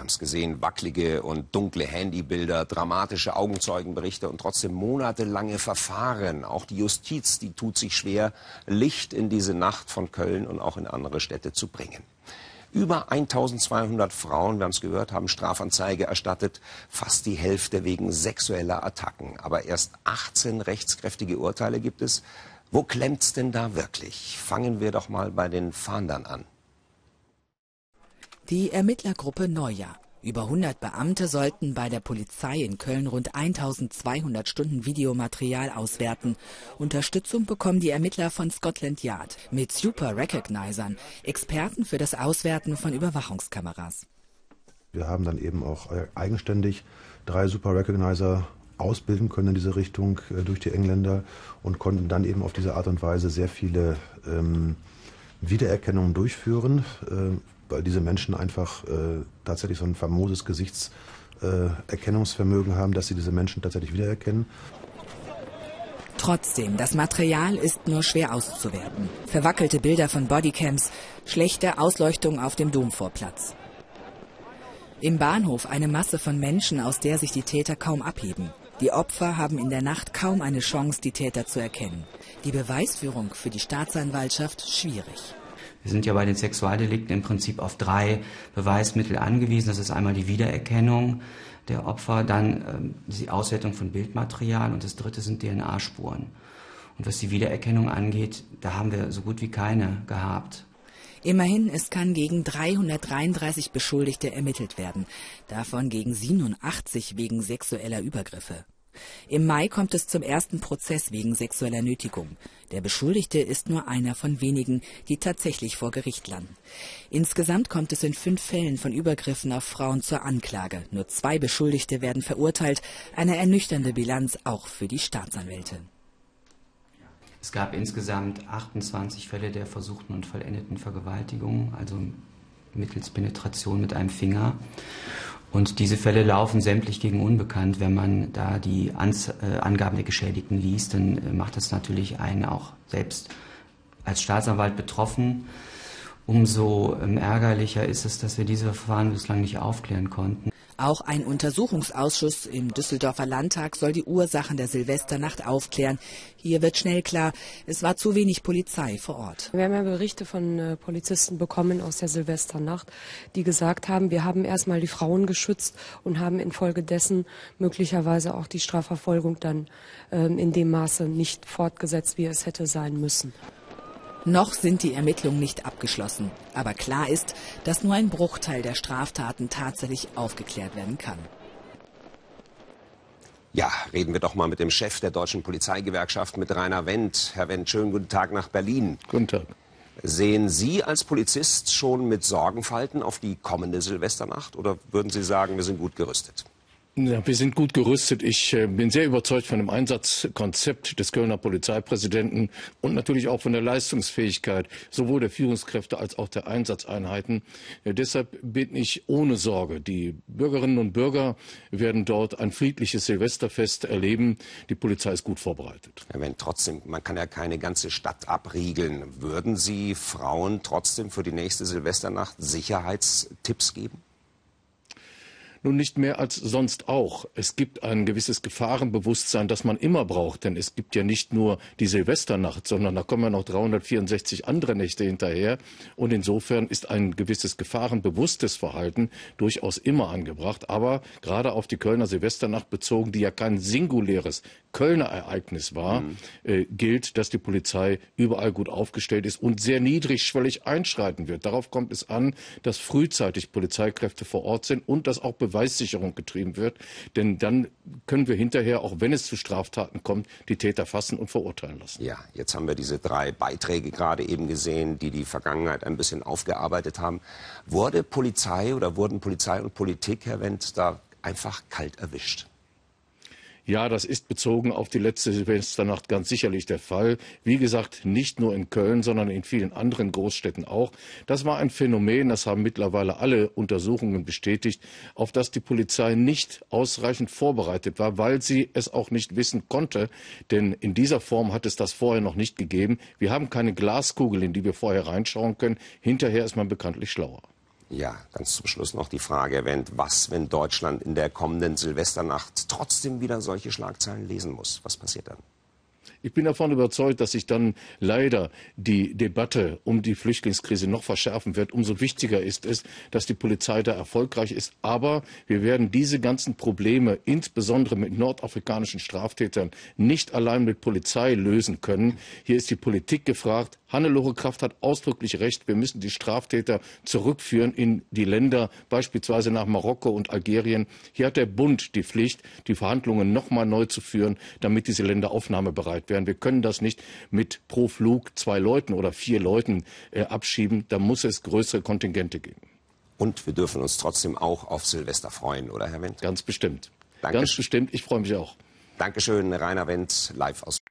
haben es gesehen, wackelige und dunkle Handybilder, dramatische Augenzeugenberichte und trotzdem monatelange Verfahren. Auch die Justiz, die tut sich schwer, Licht in diese Nacht von Köln und auch in andere Städte zu bringen. Über 1200 Frauen, wir haben es gehört, haben Strafanzeige erstattet, fast die Hälfte wegen sexueller Attacken. Aber erst 18 rechtskräftige Urteile gibt es. Wo klemmt's denn da wirklich? Fangen wir doch mal bei den Fahndern an. Die Ermittlergruppe Neujahr. Über 100 Beamte sollten bei der Polizei in Köln rund 1200 Stunden Videomaterial auswerten. Unterstützung bekommen die Ermittler von Scotland Yard mit Super Recognizern, Experten für das Auswerten von Überwachungskameras. Wir haben dann eben auch eigenständig 3 Super Recognizer ausbilden können in diese Richtung durch die Engländer und konnten dann eben auf diese Art und Weise sehr viele Wiedererkennungen durchführen, weil diese Menschen einfach tatsächlich so ein famoses Gesichtserkennungsvermögen haben, dass sie diese Menschen tatsächlich wiedererkennen. Trotzdem, das Material ist nur schwer auszuwerten. Verwackelte Bilder von Bodycams, schlechte Ausleuchtung auf dem Domvorplatz. Im Bahnhof eine Masse von Menschen, aus der sich die Täter kaum abheben. Die Opfer haben in der Nacht kaum eine Chance, die Täter zu erkennen. Die Beweisführung für die Staatsanwaltschaft schwierig. Wir sind ja bei den Sexualdelikten im Prinzip auf 3 Beweismittel angewiesen. Das ist einmal die Wiedererkennung der Opfer, dann die Auswertung von Bildmaterial und das 3. sind DNA-Spuren. Und was die Wiedererkennung angeht, da haben wir so gut wie keine gehabt. Immerhin, es kann gegen 333 Beschuldigte ermittelt werden, davon gegen 87 wegen sexueller Übergriffe. Im Mai kommt es zum ersten Prozess wegen sexueller Nötigung. Der Beschuldigte ist nur einer von wenigen, die tatsächlich vor Gericht landen. Insgesamt kommt es in 5 Fällen von Übergriffen auf Frauen zur Anklage. Nur 2 Beschuldigte werden verurteilt. Eine ernüchternde Bilanz auch für die Staatsanwälte. Es gab insgesamt 28 Fälle der versuchten und vollendeten Vergewaltigung, also mittels Penetration mit einem Finger. Und diese Fälle laufen sämtlich gegen unbekannt. Wenn man da die Angaben der Geschädigten liest, dann macht das natürlich einen auch selbst als Staatsanwalt betroffen. Umso ärgerlicher ist es, dass wir diese Verfahren bislang nicht aufklären konnten. Auch ein Untersuchungsausschuss im Düsseldorfer Landtag soll die Ursachen der Silvesternacht aufklären. Hier wird schnell klar, es war zu wenig Polizei vor Ort. Wir haben ja Berichte von Polizisten bekommen aus der Silvesternacht, die gesagt haben, wir haben erstmal die Frauen geschützt und haben infolgedessen möglicherweise auch die Strafverfolgung dann in dem Maße nicht fortgesetzt, wie es hätte sein müssen. Noch sind die Ermittlungen nicht abgeschlossen. Aber klar ist, dass nur ein Bruchteil der Straftaten tatsächlich aufgeklärt werden kann. Ja, reden wir doch mal mit dem Chef der Deutschen Polizeigewerkschaft, mit Rainer Wendt. Herr Wendt, schönen guten Tag nach Berlin. Guten Tag. Sehen Sie als Polizist schon mit Sorgenfalten auf die kommende Silvesternacht oder würden Sie sagen, wir sind gut gerüstet? Ja, wir sind gut gerüstet. Ich bin sehr überzeugt von dem Einsatzkonzept des Kölner Polizeipräsidenten und natürlich auch von der Leistungsfähigkeit sowohl der Führungskräfte als auch der Einsatzeinheiten. Deshalb bin ich ohne Sorge. Die Bürgerinnen und Bürger werden dort ein friedliches Silvesterfest erleben. Die Polizei ist gut vorbereitet. Ja, wenn trotzdem, man kann ja keine ganze Stadt abriegeln. Würden Sie Frauen trotzdem für die nächste Silvesternacht Sicherheitstipps geben? Nun, nicht mehr als sonst auch. Es gibt ein gewisses Gefahrenbewusstsein, das man immer braucht. Denn es gibt ja nicht nur die Silvesternacht, sondern da kommen ja noch 364 andere Nächte hinterher. Und insofern ist ein gewisses gefahrenbewusstes Verhalten durchaus immer angebracht. Aber gerade auf die Kölner Silvesternacht bezogen, die ja kein singuläres Kölner Ereignis war, gilt, dass die Polizei überall gut aufgestellt ist und sehr niedrigschwellig einschreiten wird. Darauf kommt es an, dass frühzeitig Polizeikräfte vor Ort sind und dass auch Beweissicherung getrieben wird. Denn dann können wir hinterher, auch wenn es zu Straftaten kommt, die Täter fassen und verurteilen lassen. Ja, jetzt haben wir diese 3 Beiträge gerade eben gesehen, die die Vergangenheit ein bisschen aufgearbeitet haben. Wurden Polizei und Politik, Herr Wendt, da einfach kalt erwischt? Ja, das ist bezogen auf die letzte Silvesternacht ganz sicherlich der Fall. Wie gesagt, nicht nur in Köln, sondern in vielen anderen Großstädten auch. Das war ein Phänomen, das haben mittlerweile alle Untersuchungen bestätigt, auf das die Polizei nicht ausreichend vorbereitet war, weil sie es auch nicht wissen konnte. Denn in dieser Form hat es das vorher noch nicht gegeben. Wir haben keine Glaskugel, in die wir vorher reinschauen können. Hinterher ist man bekanntlich schlauer. Ja, ganz zum Schluss noch die Frage, was, wenn Deutschland in der kommenden Silvesternacht trotzdem wieder solche Schlagzeilen lesen muss? Was passiert dann? Ich bin davon überzeugt, dass sich dann leider die Debatte um die Flüchtlingskrise noch verschärfen wird. Umso wichtiger ist es, dass die Polizei da erfolgreich ist. Aber wir werden diese ganzen Probleme, insbesondere mit nordafrikanischen Straftätern, nicht allein mit Polizei lösen können. Hier ist die Politik gefragt. Hannelore Kraft hat ausdrücklich recht. Wir müssen die Straftäter zurückführen in die Länder, beispielsweise nach Marokko und Algerien. Hier hat der Bund die Pflicht, die Verhandlungen noch mal neu zu führen, damit diese Länder aufnahmebereit werden. Wir können das nicht mit pro Flug 2 Leuten oder 4 Leuten abschieben. Da muss es größere Kontingente geben. Und wir dürfen uns trotzdem auch auf Silvester freuen, oder Herr Wendt? Ganz bestimmt. Danke. Ganz bestimmt. Ich freue mich auch. Dankeschön, Rainer Wendt, live aus